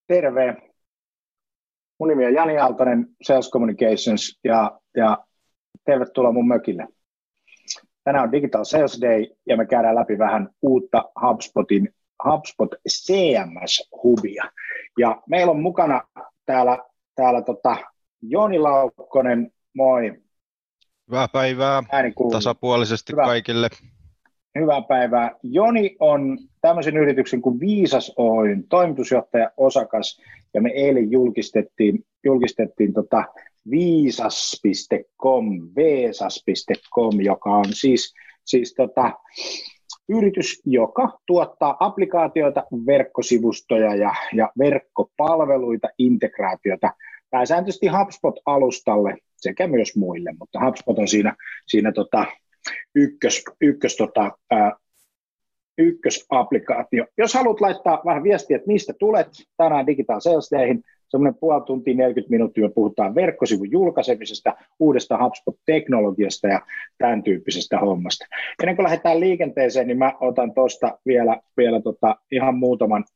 Terve. Mun nimi on Jani Aaltonen, Sales Communications, ja tervetuloa mun mökille. Tänään on Digital Sales Day, ja me käydään läpi vähän uutta HubSpot CMS-hubia. Ja meillä on mukana täällä Joni Laukkonen, moi. Hyvää päivää tasapuolisesti kaikille. Hyvää päivää. Joni on tämmöisen yrityksen kuin Viisas Oyn toimitusjohtaja osakas, ja me eilen julkistettiin viisas.com, joka on siis yritys, joka tuottaa applikaatioita, verkkosivustoja ja verkkopalveluita, integraatiota pääsääntöisesti HubSpot-alustalle sekä myös muille, mutta HubSpot on siinä ykkösapplikaatio. Jos haluat laittaa vähän viestiä, että mistä tulet tänään Digital Sales Dayhin, semmoinen puoli tuntia, 40 minuuttia, me puhutaan verkkosivun julkaisemisesta, uudesta HubSpot-teknologiasta ja tämän tyyppisestä hommasta. Ennen kuin lähdetään liikenteeseen, niin mä otan tuosta vielä ihan muutaman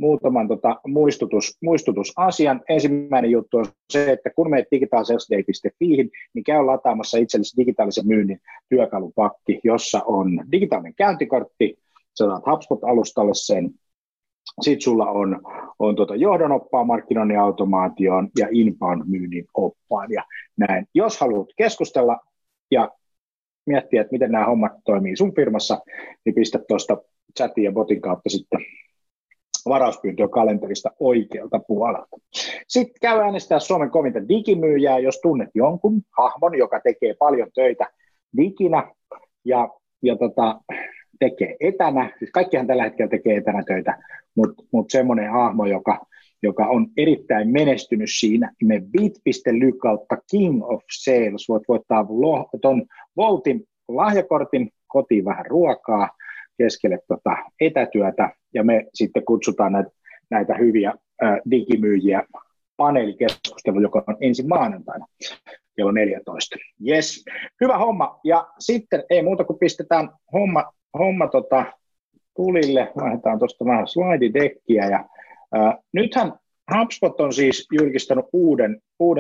muistutusasian. Ensimmäinen juttu on se, että kun menet digitalsalesday.fiihin, niin käy lataamassa itsellesi digitaalisen myynnin työkalupakki, jossa on digitaalinen käyntikortti, sä saat HubSpot-alustalle sen, sitten sulla on johdonoppaa markkinoinnin automaatioon ja inbound-myynnin oppaan ja näin. Jos haluat keskustella ja miettiä, että miten nämä hommat toimii sun firmassa, niin pistä tuosta chatin ja botin kautta sitten varauspyyntöä kalenterista oikealta puolelta. Sitten käy äänestää Suomen kovinta digimyyjää, jos tunnet jonkun hahmon, joka tekee paljon töitä diginä ja tekee etänä. Siis kaikkihan tällä hetkellä tekee etänä töitä, mutta semmoinen hahmo, joka on erittäin menestynyt siinä, niin me bit.ly kautta King of Sales voit voittaa tuon Voltin lahjakortin, kotiin vähän ruokaa, keskelle etätyötä, ja me sitten kutsutaan näitä hyviä digimyyjiä paneelikeskusteluun, joka on ensi maanantaina kello 14. Yes, hyvä homma, ja sitten ei muuta kuin pistetään homma tulille, lähdetään tuosta vähän slide-dekkiä, ja nythän HubSpot on siis julkistanut uuden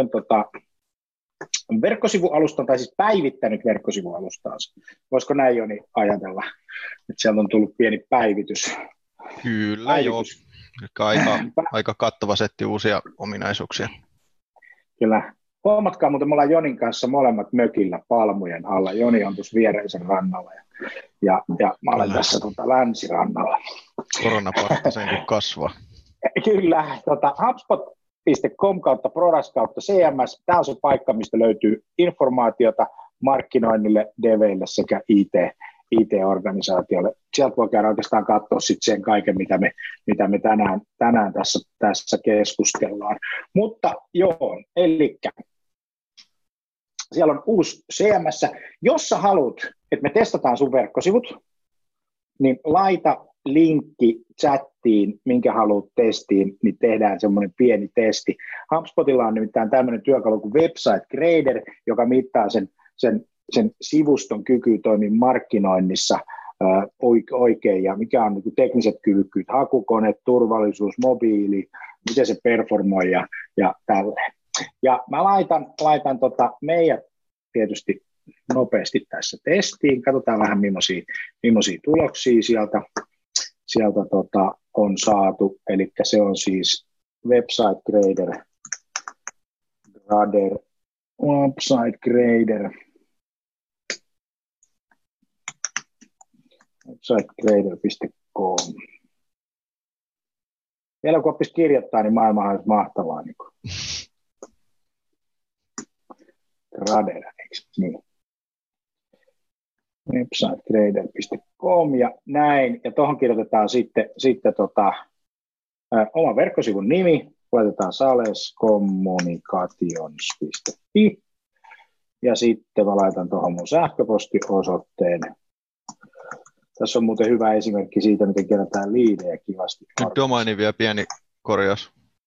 verkkosivualustan, tai siis päivittänyt verkkosivualustaansa. Voisiko näin, Joni, ajatella, että sieltä on tullut pieni päivitys? Kyllä, joo. Aika kattava setti uusia ominaisuuksia. Kyllä. Huomatkaa, mutta me ollaan Jonin kanssa molemmat mökillä palmujen alla. Joni on tuossa viereisen rannalla ja mä olen tässä länsirannalla. Koronaparta sen kun kasvaa. Kyllä. HubSpot.com kautta Products kautta CMS. Tämä on se paikka, mistä löytyy informaatiota markkinoinnille, deveille sekä IT-organisaatiolle. Sieltä voi käydä oikeastaan katsoa sitten sen kaiken, mitä me tänään tässä keskustellaan. Mutta joo, eli siellä on uusi CMS. Jos sä haluat, että me testataan sun verkkosivut, niin laita linkki chattiin, minkä haluat testiin, niin tehdään semmoinen pieni testi. HubSpotilla on nimittäin tämmöinen työkalu kuin Website Grader, joka mittaa sen sivuston kykyä toimia markkinoinnissa oikein, ja mikä on niin tekniset kyvykkyyt, hakukone, turvallisuus, mobiili, miten se performoi ja tälleen. Ja mä laitan meidät tietysti nopeasti tässä testiin, katsotaan vähän millaisia tuloksia sieltä on saatu, eli se on siis Website Grader, websitegrader.com. Vielä kun oppisi kirjoittaa, niin maailma olisi mahtavaa. Niin Grader, eikö niin? websitegrader.com ja näin, ja tuohon kirjoitetaan sitten oma verkkosivun nimi, laitetaan salescommunications.fi, ja sitten mä laitan tuohon mun sähköpostiosoitteen. Tässä on muuten hyvä esimerkki siitä, miten kerätään liidejä kivasti. Nyt domaini vielä pieni korjaus.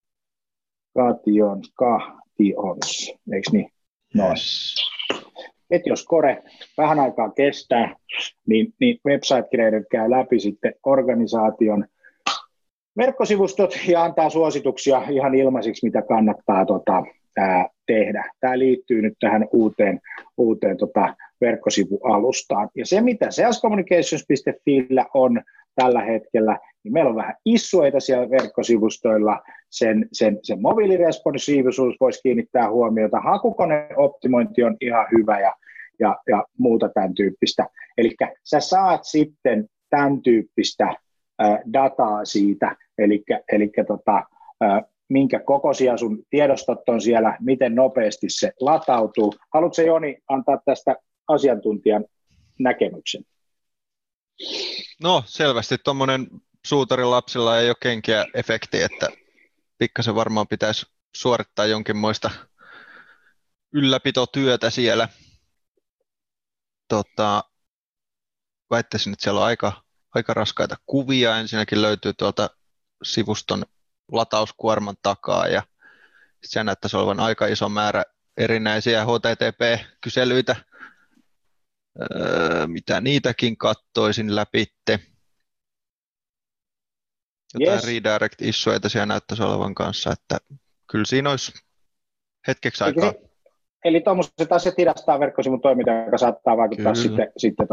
Kations, eikö niin? Noin. Et jos kore vähän aikaa kestää, niin Website Grader käy läpi sitten organisaation verkkosivustot ja antaa suosituksia ihan ilmaisiksi, mitä kannattaa tehdä. Tämä liittyy nyt tähän uuteen verkkosivualustaan. Ja se, mitä salescommunications.fillä on tällä hetkellä, niin meillä on vähän issueita siellä verkkosivustoilla. Sen mobiiliresponsiivisuus voisi kiinnittää huomiota. Hakukoneoptimointi on ihan hyvä ja muuta tämän tyyppistä. Eli sä saat sitten tämän tyyppistä dataa siitä, eli minkä kokoisia sun tiedostot on siellä, miten nopeasti se latautuu. Haluatko Joni antaa tästä asiantuntijan näkemyksen? No selvästi tuommoinen suutarin lapsilla ei ole kenkiä efekti, että pikkasen varmaan pitäisi suorittaa jonkinmoista ylläpitotyötä siellä. Väittäisin, että siellä on aika raskaita kuvia. Ensinnäkin löytyy tuolta sivuston latauskuorman takaa ja se näyttäisi olevan aika iso määrä erinäisiä HTTP-kyselyitä, mitä niitäkin kattoisin läpitte. Jotain redirect-issueita siellä näyttäisi olevan kanssa, että kyllä siinä olisi hetkeksi aikaa. Eli tuommoiset asiat hidastaa verkkosivun toimintaa, joka saattaa vaikuttaa sitten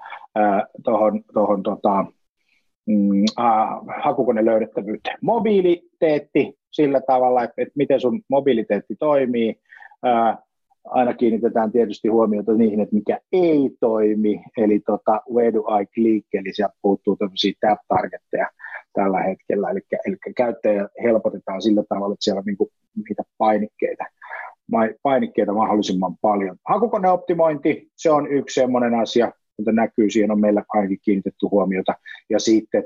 tuohon hakukoneen löydettävyyteen. Mobiiliteetti sillä tavalla, että miten sun mobiiliteetti toimii. Aina kiinnitetään tietysti huomiota niihin, että mikä ei toimi, eli where do I click, eli sieltä puuttuu tämmöisiä tap-targetteja tällä hetkellä, eli käyttäjä helpotetaan sillä tavalla, että siellä on niinku niitä painikkeita mahdollisimman paljon. Hakukoneoptimointi, se on yksi semmoinen asia, jota näkyy, siihen on meillä ainakin kiinnitetty huomiota, ja sitten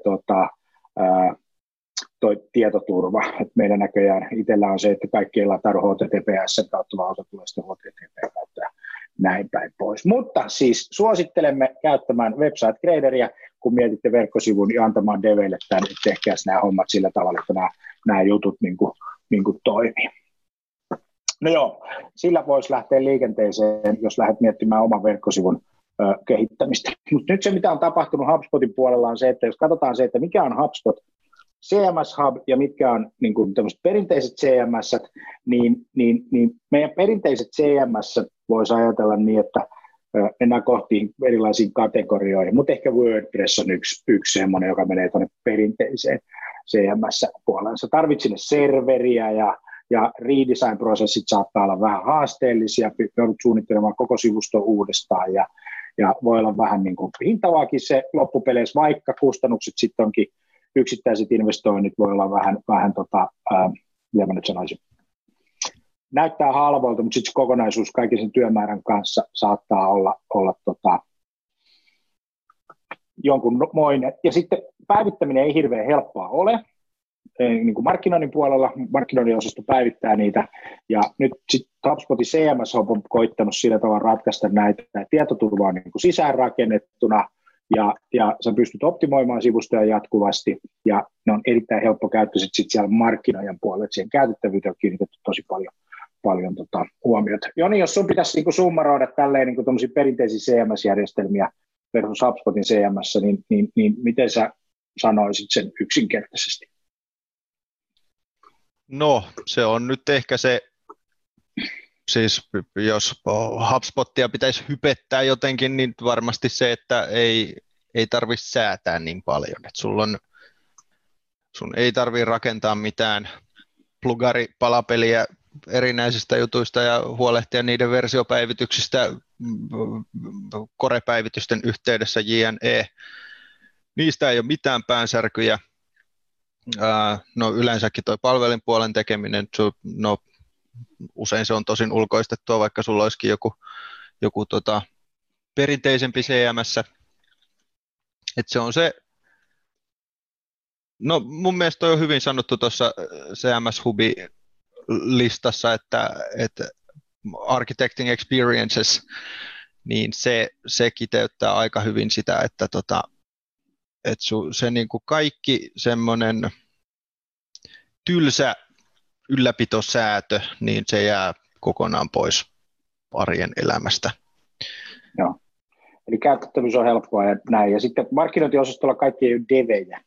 toi tietoturva, että meidän näköjään itsellä on se, että kaikki ei lataudu HTTPS kautta, vaan osa tulee sitten HTTP kautta ja näin päin pois. Mutta siis suosittelemme käyttämään Website Graderia, kun mietitte verkkosivun ja antamaan deveille tämän, että tehkääs nämä hommat sillä tavalla, että nämä jutut niin kuin toimii. No joo, sillä voisi lähteä liikenteeseen, jos lähdet miettimään oman verkkosivun kehittämistä. Mutta nyt se, mitä on tapahtunut HubSpotin puolella, on se, että jos katsotaan se, että mikä on HubSpot CMS Hub ja mitkä on niin kuin tämmöiset perinteiset CMS, niin meidän perinteiset CMS voisi ajatella niin, että mennään kohti erilaisiin kategorioihin, mutta ehkä WordPress on yksi semmoinen, joka menee tuonne perinteiseen CMS-puoleen. Sä tarvitset sinne serveriä ja redesign-prosessit saattaa olla vähän haasteellisia, joudut suunnittelemaan koko sivusto uudestaan ja voi olla vähän niin kuin hintavaakin se loppupeleissä, vaikka kustannukset sitten onkin yksittäiset investoinnit voi olla vähän mitä mä nyt sanoisin, näyttää halvoilta, mutta sitten se kokonaisuus kaiken sen työmäärän kanssa saattaa olla jonkunmoinen. Ja sitten päivittäminen ei hirveän helppoa ole. Niin kuin markkinoinnin puolella, markkinoinnin osasto päivittää niitä, ja nyt sitten HubSpotin CMS on koittanut sillä tavalla ratkaista näitä. Tietoturva on niin kuin sisäänrakennettuna, ja sä pystyt optimoimaan sivustoja jatkuvasti, ja ne on erittäin helppokäyttöiset sitten siellä markkinoijan puolella, että siihen käytettävyyteen on kiinnitetty tosi paljon huomiota. Joni, jos sun pitäisi niin summaroida tälleen niin tuollaisia perinteisiä CMS-järjestelmiä versus HubSpotin CMS, niin miten sä sanoisit sen yksinkertaisesti? No, se on nyt ehkä se, siis jos HubSpotia pitäisi hypettää jotenkin, niin varmasti se, että ei tarvitse säätää niin paljon. Et sun ei tarvitse rakentaa mitään plugari-palapeliä erinäisistä jutuista ja huolehtia niiden versiopäivityksistä core-päivitysten yhteydessä JNE. Niistä ei ole mitään päänsärkyjä. No yleensäkin tuo palvelinpuolen tekeminen, no usein se on tosin ulkoistettua, vaikka sulla olisikin joku perinteisempi CMS. Et se on se, no mun mielestä toi on hyvin sanottu tuossa CMS Hubi listassa, että Architecting Experiences, niin se kiteyttää aika hyvin sitä, että se niin kuin kaikki semmoinen tylsä ylläpitosäätö, niin se jää kokonaan pois arjen elämästä. Joo. Eli käytettävyys on helppoa ja näin. Ja sitten markkinointiosastolla kaikki ei ole devejä.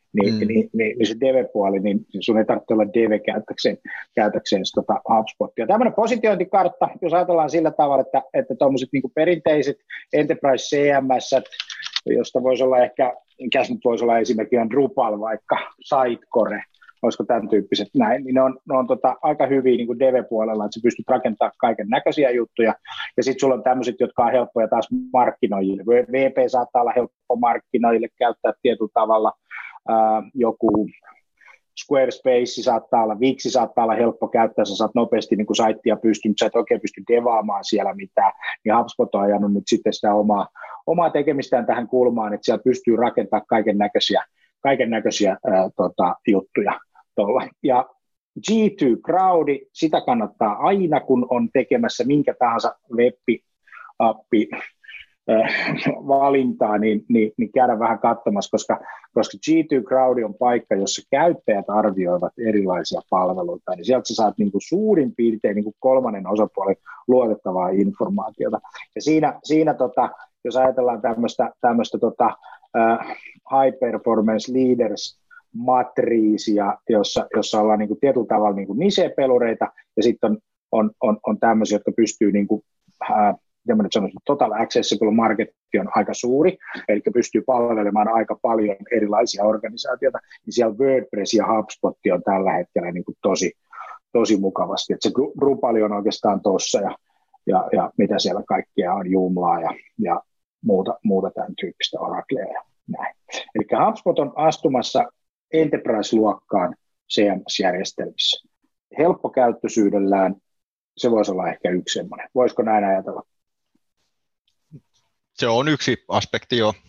niin se DV-puoli, niin sun ei tarvitse olla DV käytäkseen HubSpotia. Tämmöinen positiointikartta, jos ajatellaan sillä tavalla, että tuommoiset niin perinteiset Enterprise CMS, josta voisi olla ehkä, mikäs nyt voisi olla esimerkiksi Drupal vaikka, Sitecore, olisiko tämän tyyppiset näin, niin ne on aika hyviä niin kuin DV-puolella, että sä pystyt rakentamaan kaiken näköisiä juttuja, ja sitten sulla on tämmöiset, jotka on helppoja taas markkinoijille. VP saattaa olla helppo markkinoijille käyttää tietyllä tavalla, joku Squarespace saattaa olla, Wix saattaa olla helppo käyttää, sä saat nopeasti niin kuin saittia pystyä, mutta sä et oikein pysty devaamaan siellä mitään, niin HubSpot on ajanut nyt sitten sitä omaa tekemistään tähän kulmaan, että siellä pystyy rakentamaan kaiken näköisiä juttuja tuolla. Ja G2 Crowdi, sitä kannattaa aina, kun on tekemässä minkä tahansa web-appi valintaa, niin käydä vähän katsomassa, koska G2 Crowdi on paikka, jossa käyttäjät arvioivat erilaisia palveluita, niin sieltä sä saat niin kuin suurin piirtein niin kuin kolmannen osapuolen luotettavaa informaatiota. Ja siinä jos ajatellaan tämmöistä high performance leaders matriisia, jossa ollaan niin kuin tietyllä tavalla niin kuin niche-pelureita, ja sitten on tämmöisiä, jotka pystyy niin kuin, total accessible market on aika suuri, eli pystyy palvelemaan aika paljon erilaisia organisaatioita, niin siellä WordPress ja HubSpot on tällä hetkellä niin kuin tosi mukavasti, että se Drupal on oikeastaan tuossa, ja mitä siellä kaikkea on, Joomlaa ja muuta tämän tyyppistä, Oraclea ja näin. Eli HubSpot on astumassa Enterprise-luokkaan CMS-järjestelmissä. Helppokäyttöisyydellään se voisi olla ehkä yksi semmoinen. Voisiko näin ajatella? Se on yksi aspekti, joo.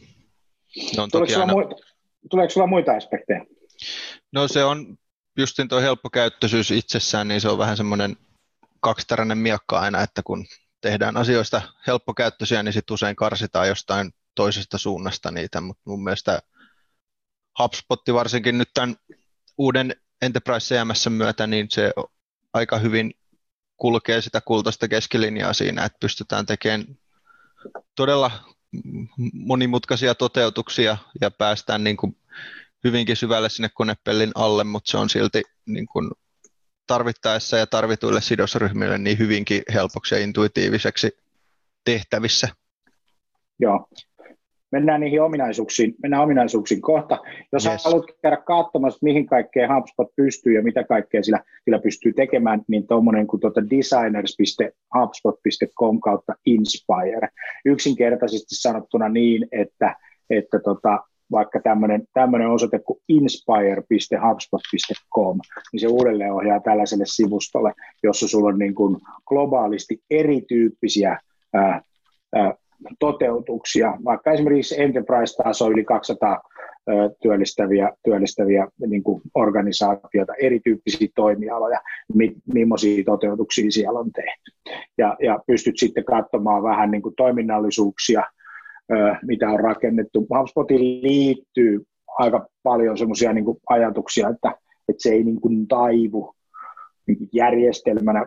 Tuleeko sulla muita aspekteja? No se on justin tuo helppokäyttöisyys itsessään, niin se on vähän semmoinen kaksiteräinen miekka aina, että kun tehdään asioista helppokäyttöisiä, niin sitten usein karsitaan jostain toisesta suunnasta niitä, mutta mun mielestä HubSpot varsinkin nyt tämän uuden Enterprise CMS myötä, niin se aika hyvin kulkee sitä kultaista keskilinjaa siinä, että pystytään tekemään todella monimutkaisia toteutuksia ja päästään niin kuin hyvinkin syvälle sinne konepellin alle, mutta se on silti niin kuin tarvittaessa ja tarvituille sidosryhmille niin hyvinkin helpoksi ja intuitiiviseksi tehtävissä. Joo. Mennään niihin ominaisuuksiin kohta. Jos haluat käydä katsomassa, mihin kaikkeen HubSpot pystyy ja mitä kaikkea sillä pystyy tekemään, niin tuommoinen kuin designers.hubspot.com kautta Inspire. Yksinkertaisesti sanottuna niin, että vaikka tämmöinen osoite kuin inspire.hubspot.com, niin se uudelleen ohjaa tällaiselle sivustolle, jossa sulla on niin kuin globaalisti erityyppisiä toteutuksia, vaikka esimerkiksi Enterprise-taso yli 200 työllistäviä niin kuin organisaatioita, erityyppisiä toimialoja, millaisia toteutuksia siellä on tehty. Ja pystyt sitten katsomaan vähän niin kuin toiminnallisuuksia, mitä on rakennettu. HubSpotiin liittyy aika paljon semmoisia niin kuin ajatuksia, että se ei niin kuin taivu järjestelmänä,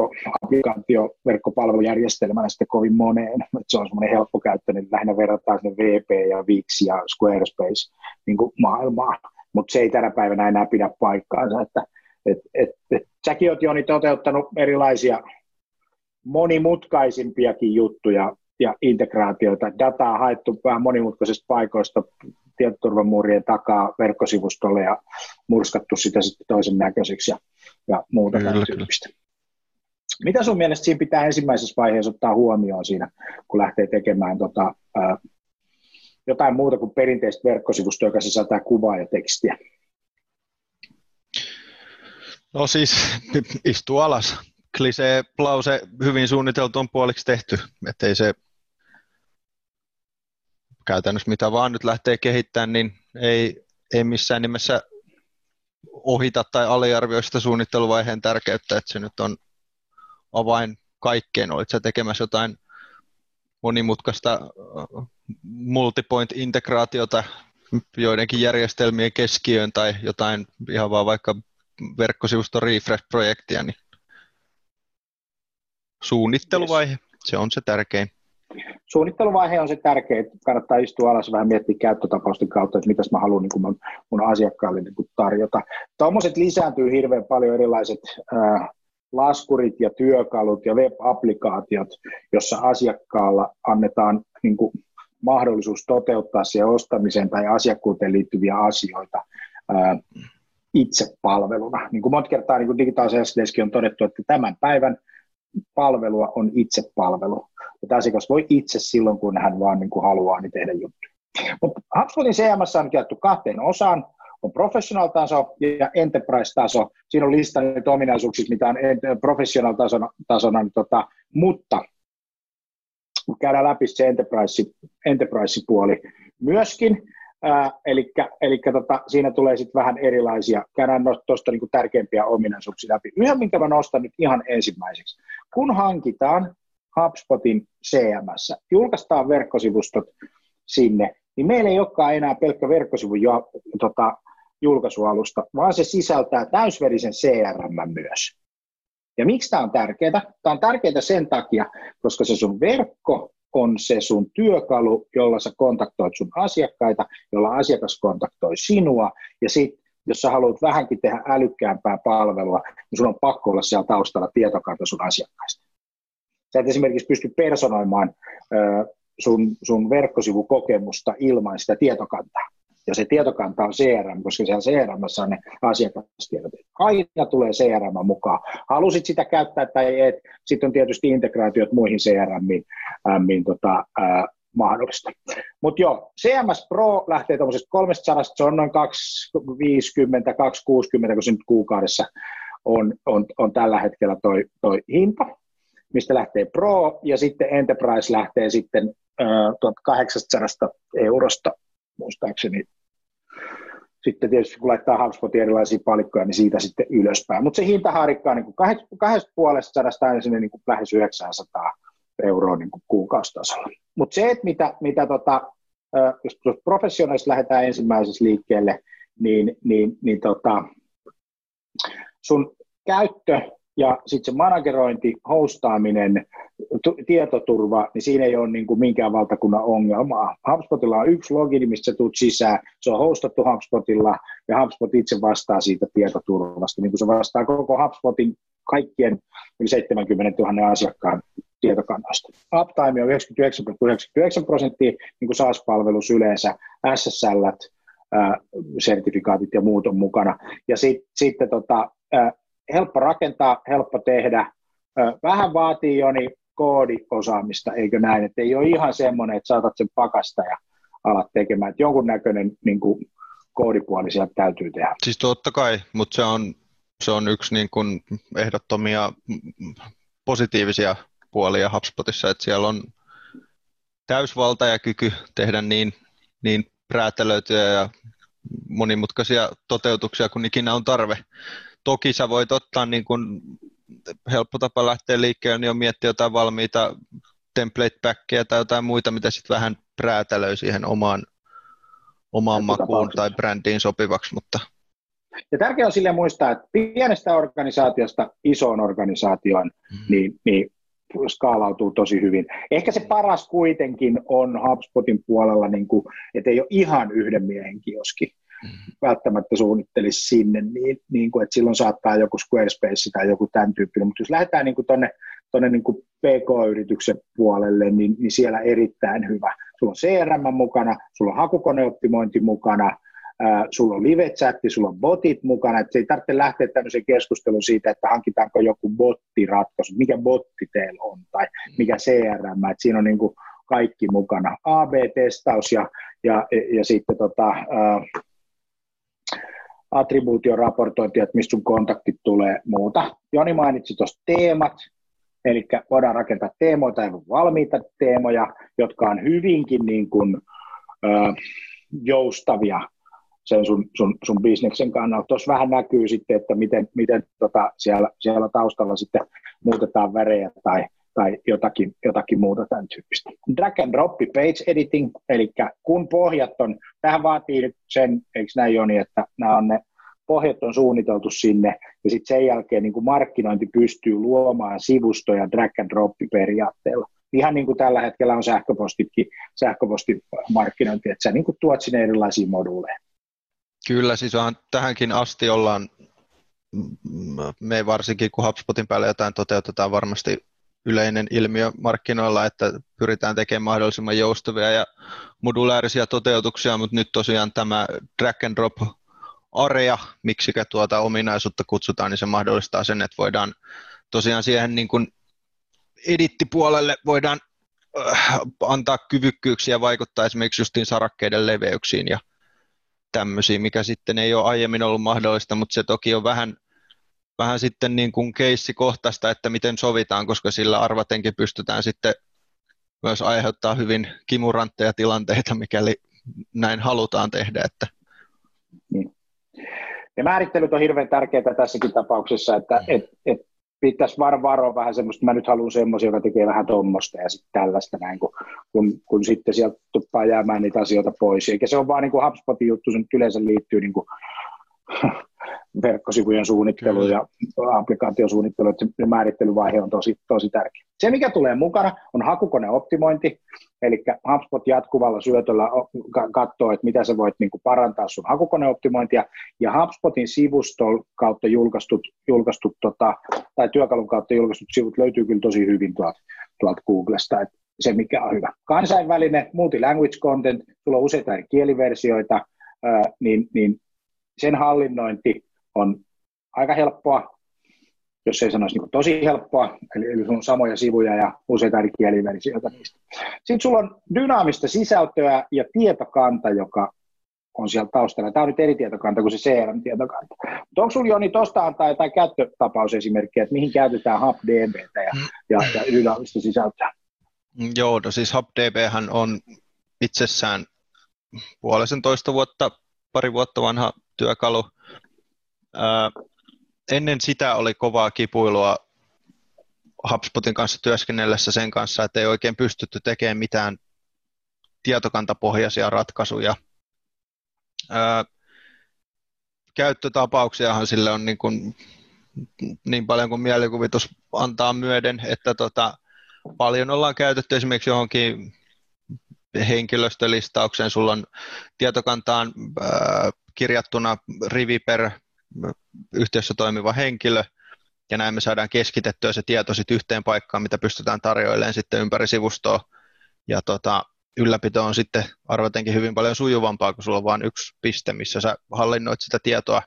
verkkopalvelujärjestelmänä sitten kovin moneen. Että se on semmoinen helppokäyttöinen, lähinnä verrataan sinne VP ja Wix ja Squarespace niin kuin maailmaan, mutta se ei tänä päivänä enää pidä paikkaansa. Säkin olet, Joni, toteuttanut erilaisia monimutkaisimpiakin juttuja ja integraatioita. Dataa haettu vähän monimutkaisista paikoista tietoturvamuurien takaa verkkosivustolle ja murskattu sitä sitten toisen näköiseksi ja muuta tyyppistä. Mitä sun mielestä siinä pitää ensimmäisessä vaiheessa ottaa huomioon siinä, kun lähtee tekemään jotain muuta kuin perinteistä verkkosivustoa, joka sisältää kuvaa ja tekstiä? No siis istuu alas. Klisee, plause, hyvin suunniteltu on puoliksi tehty, ettei se käytännössä mitä vaan nyt lähtee kehittämään, niin ei missään nimessä ohita tai aliarvioi sitä suunnitteluvaiheen tärkeyttä, että se nyt on avain kaikkeen. Olit sä tekemässä jotain monimutkaista multipoint-integraatiota joidenkin järjestelmien keskiöön tai jotain ihan vaan vaikka verkkosivuston refresh-projektia, niin suunnitteluvaihe, se on se tärkein. suunnitteluvaihe on se tärkeä, että kannattaa istua alas ja vähän miettiä käyttötapausten kautta, että mitäs mä haluan niin kuin mun asiakkaalle niin kuin tarjota. Tuommoiset lisääntyy hirveän paljon, erilaiset laskurit ja työkalut ja web-applikaatiot, jossa asiakkaalla annetaan niin kuin mahdollisuus toteuttaa siihen ostamiseen tai asiakkuuteen liittyviä asioita itse palveluna. Niin kuin monta kertaa niin kuin Digital Sales Desk on todettu, että tämän päivän palvelua on itse palvelu. Että asiakas voi itse silloin, kun hän vaan niin kuin haluaa, niin tehdä juttuja. Mutta HubSpotin CMS on jaettu 2 osaan. On professional-taso ja enterprise-taso. Siinä on lista niitä ominaisuuksia, mitä on professional-tasona, mutta käydään läpi se enterprise-puoli myöskin. Eli siinä tulee sitten vähän erilaisia, käydään tuosta niinku tärkeimpiä ominaisuuksia läpi. Yhden, minkä mä nostan nyt ihan ensimmäiseksi. Kun hankitaan HubSpotin CMS, julkaistaan verkkosivustot sinne, niin meillä ei olekaan enää pelkkä verkkosivun julkaisualusta, vaan se sisältää täysverisen CRM myös. Ja miksi tämä on tärkeää? Tämä on tärkeää sen takia, koska se sun verkko on se sun työkalu, jolla sä kontaktoit sun asiakkaita, jolla asiakas kontaktoi sinua, ja sitten jos sä haluat vähänkin tehdä älykkäämpää palvelua, niin sun on pakko olla siellä taustalla tietokanta sun asiakkaista. Sä et esimerkiksi pysty personoimaan sun verkkosivukokemusta ilman sitä tietokantaa. Ja se tietokanta on CRM, koska siellä CRM:ssä on ne asiakastiedot. Aina tulee CRM mukaan. Halusit sitä käyttää tai et, sitten on tietysti integraatiot muihin CRMiin mahdollista. Mutta joo, CMS Pro lähtee tuollaisesta 300, se on noin 250, 260, kun se nyt kuukaudessa on tällä hetkellä toi hinta, mistä lähtee Pro, ja sitten Enterprise lähtee sitten 1800 eurosta, muistaakseni. Sitten tietysti kun laittaa HubSpotin erilaisia palikkoja, niin siitä sitten ylöspäin. Mutta se hintahaarikka on niin 250 aina sinne niin lähes 900 euroa niin kuukausitasolla. Mutta se, että jos professionaalisesti lähdetään ensimmäisessä liikkeelle, niin sun käyttö ja sitten se managerointi, hostaaminen, tietoturva, niin siinä ei ole niin kuin minkään valtakunnan ongelmaa. HubSpotilla on yksi logini, mistä sä tulet sisään, se on hostattu HubSpotilla, ja HubSpot itse vastaa siitä tietoturvasta, niin kuin se vastaa koko HubSpotin kaikkien yli 70 000 asiakkaan tietokannoista. Uptime on 99,99%, niin kuin SaaS-palvelus yleensä, SSL, sertifikaatit ja muut on mukana, ja sitten helppo rakentaa, helppo tehdä, vähän vaatii jo niin koodiosaamista, eikö näin, että ei ole ihan semmoinen, että saatat sen pakasta ja alat tekemään, että jonkunnäköinen niin kuin koodipuoli sieltä täytyy tehdä. Siis totta kai, mutta se on yksi niin kuin ehdottomia positiivisia puolia HubSpotissa, että siellä on täysvalta ja kyky tehdä niin räätälöityjä ja monimutkaisia toteutuksia, kun ikinä on tarve. Toki sä voit ottaa niin kuin helppo tapa lähteä liikkeelle, niin on miettiä jotain valmiita template-päkkejä tai jotain muita, mitä sitten vähän räätälöi siihen omaan makuun tai brändiin sopivaksi. Mutta. Ja tärkeää on silleen muistaa, että pienestä organisaatiosta isoon organisaatioon niin skaalautuu tosi hyvin. Ehkä se paras kuitenkin on HubSpotin puolella, niin kuin, että ei ole ihan yhden miehen kioski. Välttämättä suunnittelisi sinne, niin kuin, että silloin saattaa joku Squarespace tai joku tämän tyyppinen, mutta jos lähdetään niin tuonne niin PK-yrityksen puolelle, niin siellä erittäin hyvä. Sulla on CRM mukana, sulla on hakukoneoptimointi mukana, sulla on live-chatti, sulla on botit mukana, että se ei tarvitse lähteä tämmöiseen keskusteluun siitä, että hankitaanko joku bottiratkaisu, mikä botti teillä on tai mikä CRM, että siinä on niin kuin kaikki mukana. AB-testaus ja sitten attribuution raportointi, että mistä sun kontaktit tulee muuta. Joni mainitsi tuossa teemat, eli voidaan rakentaa teemoja tai valmiita teemoja, jotka on hyvinkin niin kuin, joustavia sen sun bisneksen kannalta. Tuossa vähän näkyy sitten, että miten siellä taustalla sitten muutetaan värejä tai jotakin muuta tämän tyyppistä. Drag and drop page editing, eli kun pohjat on, tähän vaatii sen, eikö näin Joni, että nämä on ne pohjat on suunniteltu sinne, ja sitten sen jälkeen niin kuin markkinointi pystyy luomaan sivustoja drag and drop periaatteella. Ihan niin kuin tällä hetkellä on sähköpostimarkkinointi, että sä niin kuin tuot sinne erilaisia moduuleja. Kyllä, siis tähänkin asti ollaan, me varsinkin kun HubSpotin päällä jotain toteutetaan, varmasti yleinen ilmiö markkinoilla, että pyritään tekemään mahdollisimman joustavia ja modulaarisia toteutuksia, mutta nyt tosiaan tämä drag and drop area, miksikä tuota ominaisuutta kutsutaan, niin se mahdollistaa sen, että voidaan tosiaan siihen niin kuin edittipuolelle voidaan antaa kyvykkyyksiä vaikuttaa esimerkiksi justiin sarakkeiden leveyksiin ja tämmöisiä, mikä sitten ei ole aiemmin ollut mahdollista, mutta se toki on vähän sitten niin kuin keissikohtaista, että miten sovitaan, koska sillä arvatenkin pystytään sitten myös aiheuttaa hyvin kimurantteja tilanteita, mikäli näin halutaan tehdä. Että. Niin. Ja määrittelyt on hirveän tärkeää tässäkin tapauksessa, että pitäisi varoa vähän semmoista, mä nyt haluan semmoisia, joka tekee vähän tuommoista ja sitten tällaista näin, kun sitten sieltä tuppaa jäämään niitä asioita pois. Eikä se on vaan niin kuin HubSpotin juttu, se nyt yleensä liittyy niin kuin verkkosivujen suunnitteluun ja applikaatiosuunnitteluun, että se määrittelyvaihe on tosi tärkeä. Se, mikä tulee mukana, on hakukoneoptimointi, eli HubSpot jatkuvalla syötöllä katsoo, että mitä sä voit niin kuin parantaa sun hakukoneoptimointia, ja HubSpotin sivuston kautta julkaistut tai työkalun kautta julkaistut sivut löytyy kyllä tosi hyvin tuolta Googlesta, että se mikä on hyvä. Kansainvälinen multi-language content, sulla on useita eri kieliversioita, niin sen hallinnointi on aika helppoa, jos ei sanoisi niin tosi helppoa, eli sulla on samoja sivuja ja useita eri kieliversioita niistä. Sitten sulla on dynaamista sisältöä ja tietokanta, joka on siellä taustalla. Tämä on nyt eri tietokanta kuin se CRM-tietokanta. Mutta onko sinulla Joni tuosta antaa jotain käyttötapausesimerkkejä, että mihin käytetään HubDBtä ja dynaamista sisältöä? Joo, no siis HubDBhän on itsessään pari vuotta vanha työkalu. Ennen sitä oli kovaa kipuilua HubSpotin kanssa työskennellessä sen kanssa, että ei oikein pystytty tekemään mitään tietokantapohjaisia ratkaisuja. Käyttötapauksiahan sille on niin paljon kuin mielikuvitus antaa myöden, että paljon ollaan käytetty esimerkiksi johonkin henkilöstölistaukseen, sulla on tietokantaan kirjattuna rivi per yhtiössä toimiva henkilö, ja näin me saadaan keskitettyä se tieto sitten yhteen paikkaan, mitä pystytään tarjoilemaan sitten ympäri sivustoa, ja ylläpito on sitten arvatenkin hyvin paljon sujuvampaa, kun sulla on vain yksi piste, missä sä hallinnoit sitä tietoa,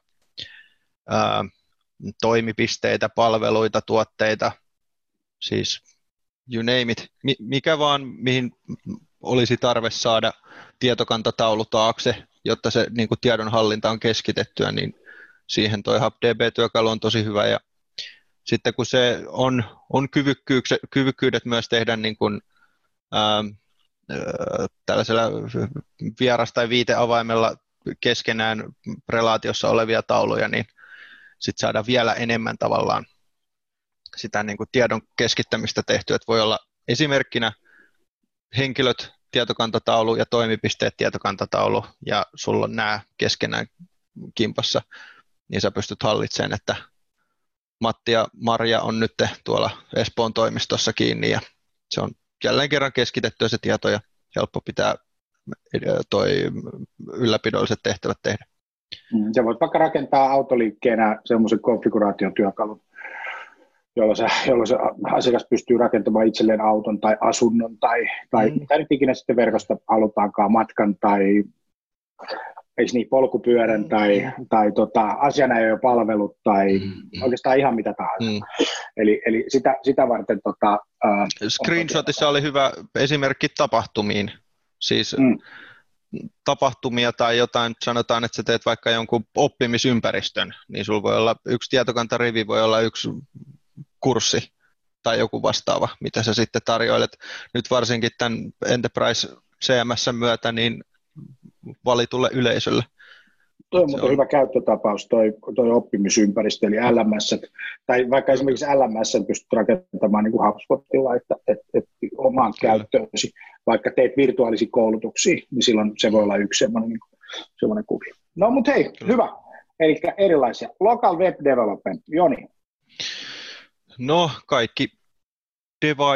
toimipisteitä, palveluita, tuotteita, siis you name it, mikä vaan, mihin olisi tarve saada tietokantataulu taakse, jotta se niin kuin tiedonhallinta on keskitettyä, niin siihen toi HubDB-työkalu on tosi hyvä. Ja sitten kun se on kyvykkyydet myös tehdä niin kuin, tällaisella vieras- tai viiteavaimella keskenään relaatiossa olevia tauluja, niin sitten saadaan vielä enemmän tavallaan sitä niin kuin tiedon keskittämistä tehtyä, että voi olla esimerkkinä henkilöt, tietokantataulu ja toimipisteet, tietokantataulu, ja sulla on nämä keskenään kimpassa, niin sä pystyt hallitsemaan, että Matti ja Marja on nyt tuolla Espoon toimistossa kiinni, ja se on jälleen kerran keskitettyä se tieto, ja helppo pitää toi ylläpidolliset tehtävät tehdä. Sä voit vaikka rakentaa autoliikkeenä semmoisen konfiguraatiotyökalun, jolla se asiakas pystyy rakentamaan itselleen auton tai asunnon tai mitä nyt ikinä sitten verkosta halutaankaan, matkan tai polkupyörän tai asianajopalvelut tai oikeastaan ihan mitä tahansa. Eli sitä varten Screenshotissa oli hyvä esimerkki tapahtumiin. Siis tapahtumia tai jotain, sanotaan, että sä teet vaikka jonkun oppimisympäristön, niin sulla voi olla yksi tietokantarivi, voi olla yksi kurssi tai joku vastaava, mitä sä sitten tarjoilet. Nyt varsinkin tämän Enterprise CMS:n myötä niin valitulle yleisölle. Tuo on hyvä käyttötapaus, toi oppimisympäristö, eli LMS, tai vaikka esimerkiksi LMS pystyt rakentamaan niin kuin HubSpotilla, että omaan käyttöösi, vaikka teet virtuaalisia koulutuksia, niin silloin se voi olla yksi semmoinen kuvio. No mutta hei, hyvä. Eli erilaisia. Local Web Development, Joni. No kaikki devaajat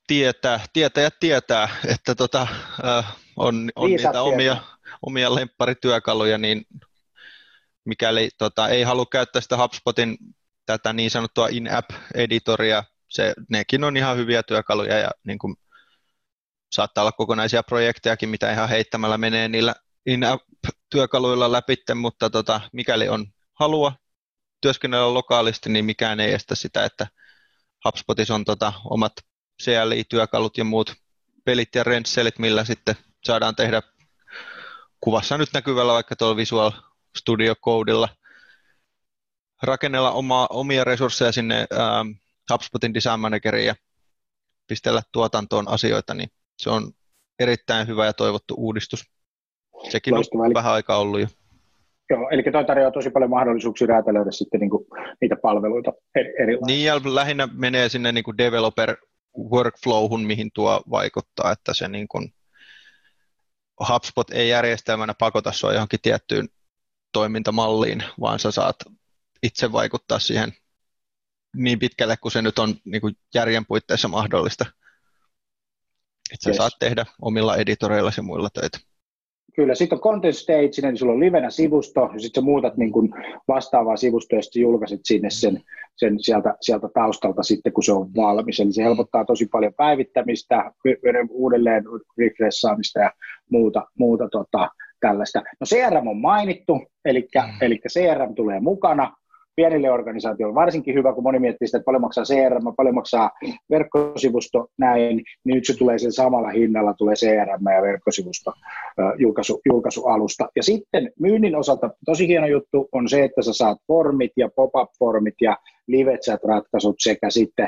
tietää, että on niitä omia lempparityökaluja, niin mikäli ei halua käyttää sitä HubSpotin tätä niin sanottua in-app-editoria, nekin on ihan hyviä työkaluja ja niin kuin, saattaa olla kokonaisia projektejakin, mitä ihan heittämällä menee niillä in-app-työkaluilla läpi, mutta mikäli on halua työskennellä lokaalisti, niin mikään ei estä sitä, että HubSpotissa on omat CLI-työkalut ja muut pelit ja rentselit, millä sitten saadaan tehdä kuvassa nyt näkyvällä vaikka tuolla Visual Studio Codella rakennella omia resursseja sinne HubSpotin Design Manageriin ja pistellä tuotantoon asioita, niin se on erittäin hyvä ja toivottu uudistus. Sekin on vähän aikaa ollut jo. Joo, eli toi tarjoaa tosi paljon mahdollisuuksia räätälöidä sitten niinku niitä palveluita erilaisia. Niin, ja lähinnä menee sinne niinku developer workflowhun, mihin tuo vaikuttaa, että se niin kuin HubSpot ei järjestelmänä pakota sua johonkin tiettyyn toimintamalliin, vaan sä saat itse vaikuttaa siihen niin pitkälle, kun se nyt on niin kuin järjen puitteissa mahdollista. Että sä saat tehdä omilla editoreilla ja muilla töitä. Kyllä, sitten on content stage, niin sulla on livenä sivusto, ja sitten sä muutat niin kuin vastaavaa sivustoa, ja sitten julkaiset sinne sen sieltä taustalta sitten, kun se on valmis. Eli se helpottaa tosi paljon päivittämistä, uudelleen refreshaamista ja muuta tällaista. No CRM on mainittu, eli CRM tulee mukana. Pienille organisaatioille varsinkin hyvä, kun moni miettii sitä, että paljon maksaa CRM, paljon maksaa verkkosivusto, näin, niin nyt se tulee sen samalla hinnalla, tulee CRM ja verkkosivusto julkaisualusta. Ja sitten myynnin osalta tosi hieno juttu on se, että sä saat formit ja pop-up-formit ja live chat-ratkaisut sekä sitten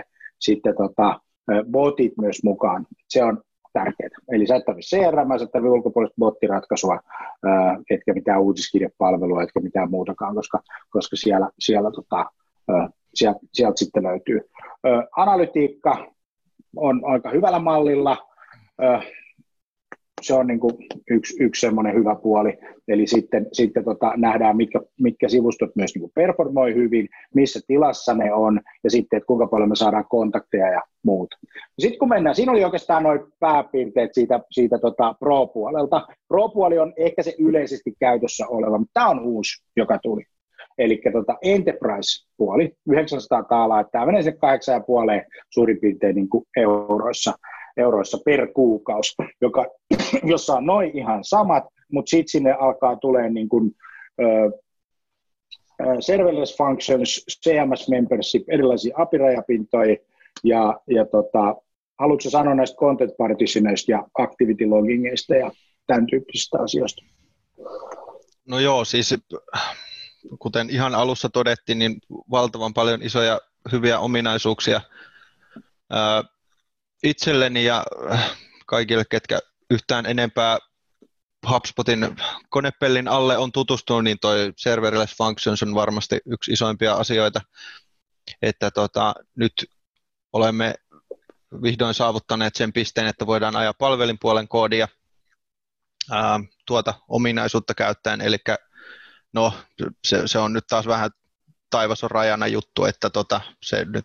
botit myös mukaan. Se on tärkeää. Eli sä et tarvitse CRM, sä et tarvitse ulkopuolista bottiratkaisua, etkä mitään uutiskirjepalvelua, etkä mitään muutakaan, koska sieltä sitten löytyy. Analytiikka on aika hyvällä mallilla. Se on niin kuin yksi semmoinen hyvä puoli, eli sitten nähdään, mitkä sivustot myös niin kuin performoi hyvin, missä tilassa ne on, ja sitten, että kuinka paljon me saadaan kontakteja ja muuta. Sitten kun mennään, siinä oli oikeastaan noin pääpiirteet siitä Pro-puolelta. Pro-puoli on ehkä se yleisesti käytössä oleva, mutta tämä on uusi, joka tuli. Eli Enterprise-puoli, 900 taalaa, että tämä menee se 8,5 suurin piirtein niin kuin euroissa per kuukausi, jossa on noin ihan samat, mutta sitten sinne alkaa tulee niin kuin, serverless functions, CMS membership, erilaisia API-rajapintoja ja haluatko sanoa näistä content partitioneista ja activity loggingeista ja tämän tyyppisistä asioista? No joo, siis kuten ihan alussa todettiin, niin valtavan paljon isoja hyviä ominaisuuksia itselleni ja kaikille, ketkä yhtään enempää HubSpotin konepellin alle on tutustunut, niin toi serverless functions on varmasti yksi isoimpia asioita, että nyt olemme vihdoin saavuttaneet sen pisteen, että voidaan ajaa palvelinpuolen koodia tuota ominaisuutta käyttäen, eli no se on nyt taas vähän taivas on rajana juttu, että se nyt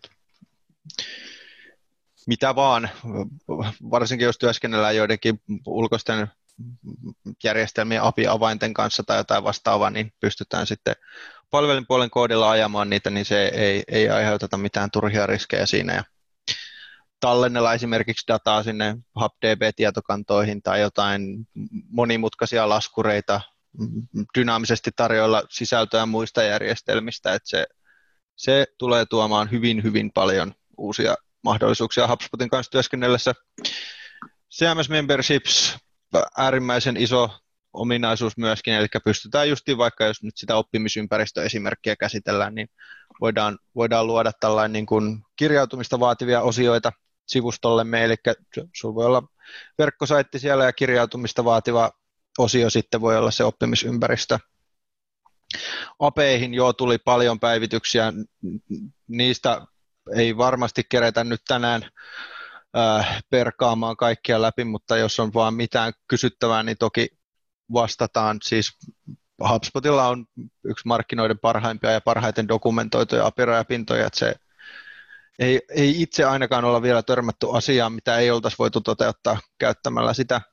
mitä vaan, varsinkin jos työskennellään joidenkin ulkoisten järjestelmien API-avainten kanssa tai jotain vastaavaa, niin pystytään sitten palvelinpuolen koodilla ajamaan niitä, niin se ei aiheuteta mitään turhia riskejä siinä. Ja tallennella esimerkiksi dataa sinne HubDB-tietokantoihin tai jotain monimutkaisia laskureita, dynaamisesti tarjoilla sisältöä muista järjestelmistä, että se tulee tuomaan hyvin, hyvin paljon uusia mahdollisuuksia HubSpotin kanssa työskennellessä. CMS Memberships, äärimmäisen iso ominaisuus myöskin, eli pystytään justiin vaikka, jos nyt sitä oppimisympäristöesimerkkiä käsitellään, niin voidaan luoda tällainen niin kuin kirjautumista vaativia osioita sivustollemme, eli sinulla voi olla verkkosaitti siellä ja kirjautumista vaativa osio sitten voi olla se oppimisympäristö. APEihin tuli paljon päivityksiä, niistä ei varmasti keretä nyt tänään perkaamaan kaikkia läpi, mutta jos on vaan mitään kysyttävää, niin toki vastataan. Siis HubSpotilla on yksi markkinoiden parhaimpia ja parhaiten dokumentoituja API-rajapintoja, että se ei itse ainakaan olla vielä törmätty asiaan, mitä ei oltaisi voitu toteuttaa käyttämällä sitä.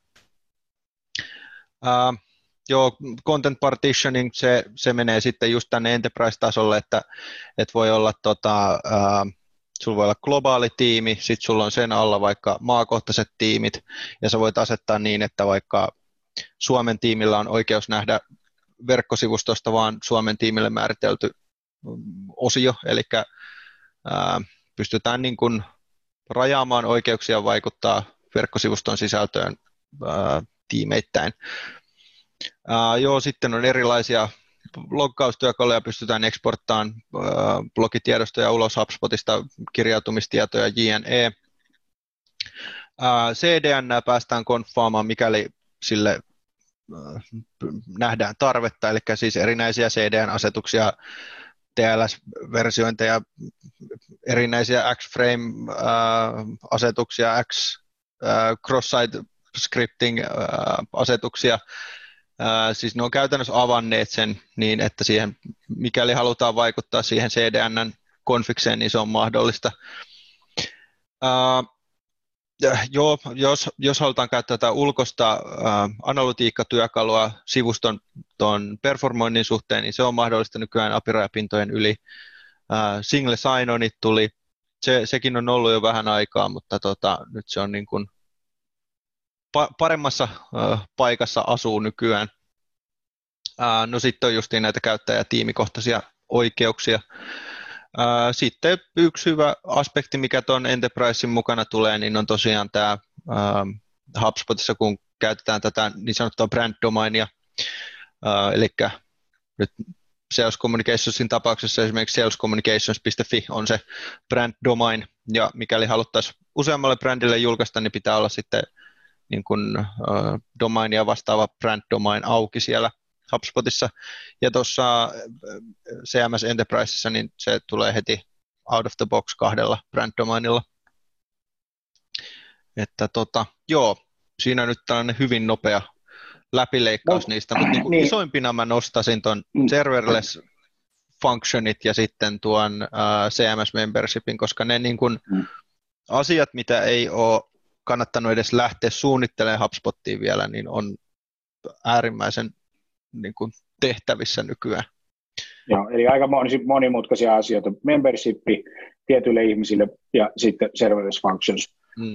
Joo, content partitioning, se menee sitten just tänne enterprise-tasolle, että voi olla sulla voi olla globaali tiimi, sitten sulla on sen alla vaikka maakohtaiset tiimit, ja sä voit asettaa niin, että vaikka Suomen tiimillä on oikeus nähdä verkkosivustosta vaan Suomen tiimille määritelty osio, eli pystytään niin kuin rajaamaan oikeuksia vaikuttaa verkkosivuston sisältöön tiimeittäin. Joo, sitten on erilaisia loggaustyökaluja, pystytään eksporttamaan blogitiedostoja ulos HubSpotista, kirjautumistietoja, JNE. CDN päästään konfaamaan, mikäli sille nähdään tarvetta, eli siis erinäisiä CDN-asetuksia, TLS-versiointeja, erinäisiä X-Frame-asetuksia, Cross-Site Scripting-asetuksia. Siis ne on käytännössä avanneet sen niin, että siihen, mikäli halutaan vaikuttaa siihen CDN:n-konfikseen, niin se on mahdollista. Joo, jos halutaan käyttää tätä ulkoista analytiikkatyökalua sivuston ton performoinnin suhteen, niin se on mahdollista nykyään API-rajapintojen yli. Single sign-onit tuli, sekin on ollut jo vähän aikaa, mutta nyt se on niin kuin paremmassa paikassa asuu nykyään. No sitten on justiin näitä käyttäjätiimikohtaisia oikeuksia. Sitten yksi hyvä aspekti, mikä tuon Enterprisein mukana tulee, niin on tosiaan tämä HubSpotissa, kun käytetään tätä niin sanottua brand domainia, eli nyt Sales Communicationsin tapauksessa esimerkiksi salescommunications.fi on se brand domain, ja mikäli haluttaisiin useammalle brändille julkaista, niin pitää olla sitten niin kuin domainia vastaava brand domain auki siellä HubSpotissa, ja tuossa CMS Enterprisessa niin se tulee heti out of the box 2 brand domainilla. Että joo, siinä nyt tällainen hyvin nopea läpileikkaus niistä, mutta niin kuin isoimpina mä nostasin tuon serverless functionit ja sitten tuon CMS membershipin, koska ne niin kuin asiat, mitä ei ole kannattanut edes lähteä suunnittelemaan HubSpottiin vielä, niin on äärimmäisen niin kuin tehtävissä nykyään. Joo, eli aika monimutkaisia asioita. Membershippi tietyille ihmisille ja sitten serverless functions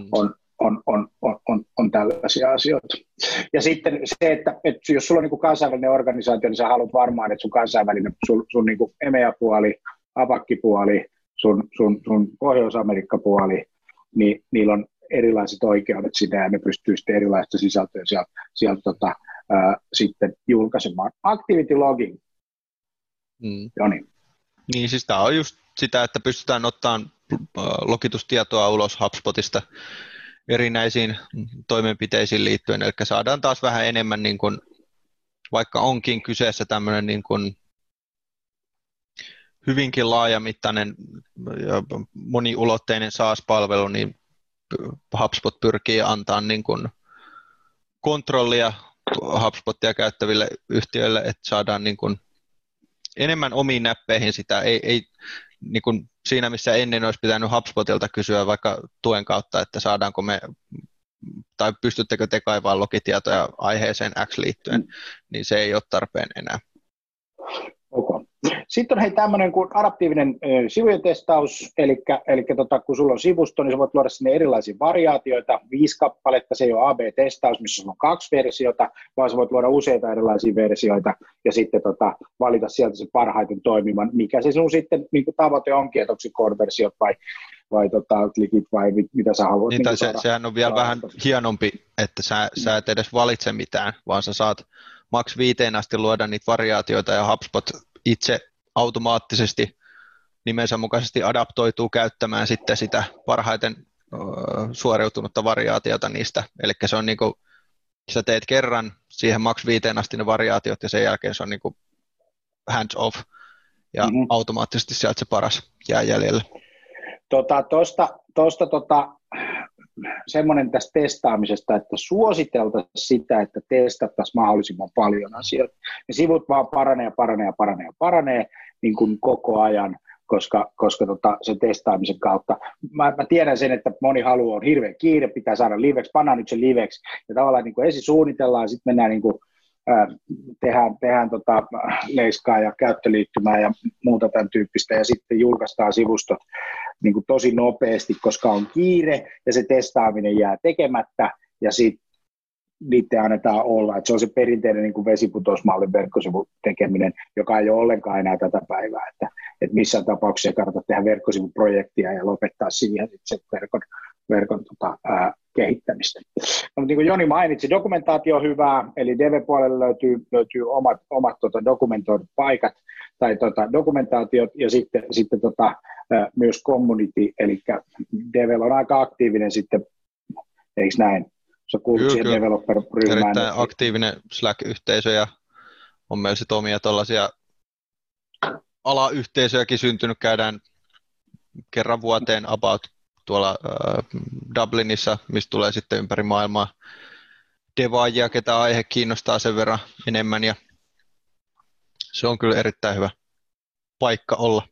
on tällaisia asioita. Ja sitten se, että jos sulla on niin kuin kansainvälinen organisaatio, niin sä haluat varmaan, että sun kansainvälinen, sun niin kuin EMEA-puoli, APAC-puoli, sun Pohjois-Amerikka-puoli, niin niillä on erilaiset oikeudet sitä, ja ne pystyy sitten erilaista sisältöä sieltä sitten julkaisemaan. Activity logging. Joni. Niin, siis tämä on just sitä, että pystytään ottamaan logitustietoa ulos HubSpotista erinäisiin toimenpiteisiin liittyen, eli saadaan taas vähän enemmän, niin kuin, vaikka onkin kyseessä tämmöinen niin kuin hyvinkin laajamittainen ja moniulotteinen SaaS-palvelu, niin HubSpot pyrkii antaa niin kuin kontrollia HubSpotia käyttäville yhtiöille, että saadaan niin kuin enemmän omiin näppeihin sitä, ei niin kuin siinä missä ennen olisi pitänyt HubSpotilta kysyä vaikka tuen kautta, että saadaanko me, tai pystyttekö te kaivaa logitietoja aiheeseen X liittyen, niin se ei ole tarpeen enää. Okay. Sitten on tämmöinen kuin adaptiivinen sivujen testaus, eli kun sulla on sivusto, niin sä voit luoda sinne erilaisia variaatioita, 5 kappaletta, se ei ole AB-testaus, missä sulla on 2 versiota, vaan sä voit luoda useita erilaisia versioita ja sitten valita sieltä se parhaiten toimivan, mikä se sun sitten niin kuin tavoite onkin, että onko se core-versiot vai klikit vai mitä sä haluat. Niin, sehän on vielä vähän hienompi, että sä et edes valitse mitään, vaan sä saat maks 5 asti luoda niitä variaatioita ja HubSpot itse automaattisesti nimensä mukaisesti adaptoituu käyttämään sitten sitä parhaiten suoriutunutta variaatiota niistä. Eli se on niin kuin, sä teet kerran siihen maks 5 asti ne variaatiot ja sen jälkeen se on niin kuin hands off ja automaattisesti sieltä se paras jää jäljelle. Tuosta semmoinen tästä testaamisesta, että suositeltaisiin sitä, että testattaisiin mahdollisimman paljon asioita. Ne sivut vaan paranee niin kuin koko ajan, koska sen testaamisen kautta. Mä tiedän sen, että moni haluaa, on hirveän kiire, pitää saada liveksi, pannaan nyt se liveksi, ja tavallaan niin kuin ensin suunnitellaan, sitten mennään niin kuin, tehdään leiskaa ja käyttöliittymää ja muuta tämän tyyppistä, ja sitten julkaistaan sivustot niin kuin tosi nopeasti, koska on kiire, ja se testaaminen jää tekemättä, ja sitten niiden annetaan olla, että se on se perinteinen niin kuin vesiputousmallin verkkosivun tekeminen, joka ei ole ollenkaan enää tätä päivää, että missään tapauksessa ei kannata tehdä verkkosivuprojektia ja lopettaa siihen se verkon kehittämistä. No, mutta niin kuin Joni mainitsi, dokumentaatio on hyvää, eli DV-puolelle löytyy omat dokumentoidut paikat tai dokumentaatiot ja sitten myös community, eli DV on aika aktiivinen sitten, eikö näin? Se kuuluu siihen developer-ryhmään. Erittäin aktiivinen Slack-yhteisö ja on meillä sitten omia tuollaisia alayhteisöjäkin syntynyt. Käydään kerran vuoteen about tuolla Dublinissa, mistä tulee sitten ympäri maailmaa devaajia, ketä aihe kiinnostaa sen verran enemmän. Ja se on kyllä erittäin hyvä paikka olla.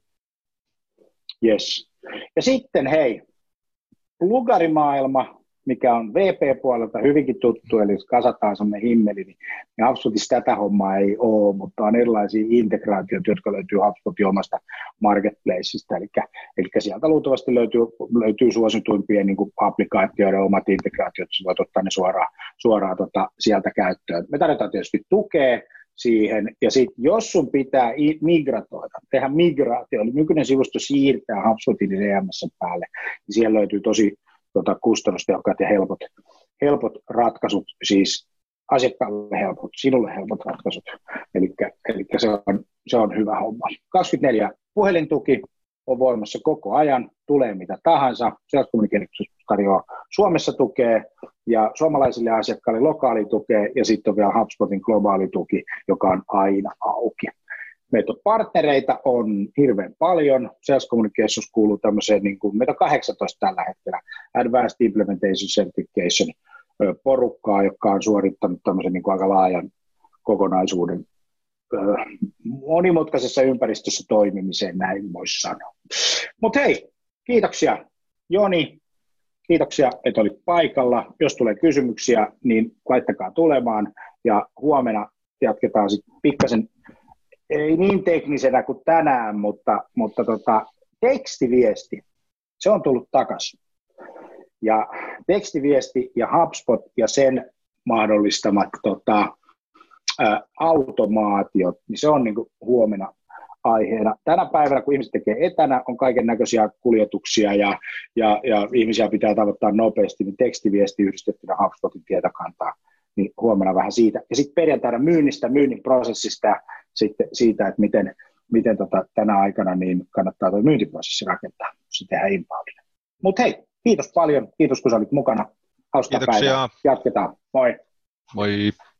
Yes. Ja sitten hei, plugarimaailma, mikä on VP-puolelta hyvinkin tuttu, eli jos kasataan semmoinen himmeli, niin HubSpotissa tätä hommaa ei ole, mutta on erilaisia integraatioita, jotka löytyy HubSpotin omasta marketplaceista, eli sieltä luultavasti löytyy suosituimpien niin kuin applikaatioiden omat integraatiot, sä voit ottaa ne suoraan sieltä käyttöön. Me tarvitaan tietysti tukea siihen, ja sitten jos sun pitää tehdä migraatio, eli nykyinen sivusto siirtää HubSpotin CMS päälle, niin siellä löytyy tosi kustannustehokkaat ja helpot ratkaisut, siis asiakkaalle helpot, sinulle helpot ratkaisut, eli se on hyvä homma. 24 puhelintuki on voimassa koko ajan, tulee mitä tahansa, Sales Communications tarjoaa Suomessa tukea, ja suomalaisille asiakkaille lokaali tukea, ja sitten on vielä HubSpotin globaali tuki, joka on aina auki. Meitä on partnereita on hirveän paljon. Sales Communications kuuluu tämmöiseen, niin kuin, meitä on 18 tällä hetkellä, Advanced Implementation Certification porukkaa, joka on suorittanut tämmöisen niin kuin aika laajan kokonaisuuden monimutkaisessa ympäristössä toimimiseen, näin voisi sanoa. Mutta hei, kiitoksia Joni, kiitoksia, että olit paikalla. Jos tulee kysymyksiä, niin laittakaa tulemaan, ja huomenna jatketaan sitten pikkasen, ei niin teknisenä kuin tänään, mutta tekstiviesti, se on tullut takaisin. Ja tekstiviesti ja HubSpot ja sen mahdollistamat automaatiot, niin se on niin kuin huomenna aiheena. Tänä päivänä, kun ihmiset tekee etänä, on kaiken näköisiä kuljetuksia ja ihmisiä pitää tavoittaa nopeasti, niin tekstiviesti yhdistettynä HubSpotin tietokantaa, niin huomenna vähän siitä. Ja sitten perjantaina myynnin prosessista ja sitten siitä, että miten tänä aikana niin kannattaa tuo myyntiprosessi rakentaa, kun se tehdään inboundille. Mutta hei, kiitos paljon, kiitos kun sä olit mukana. Hauskaa päivää. Jatketaan. Moi. Moi.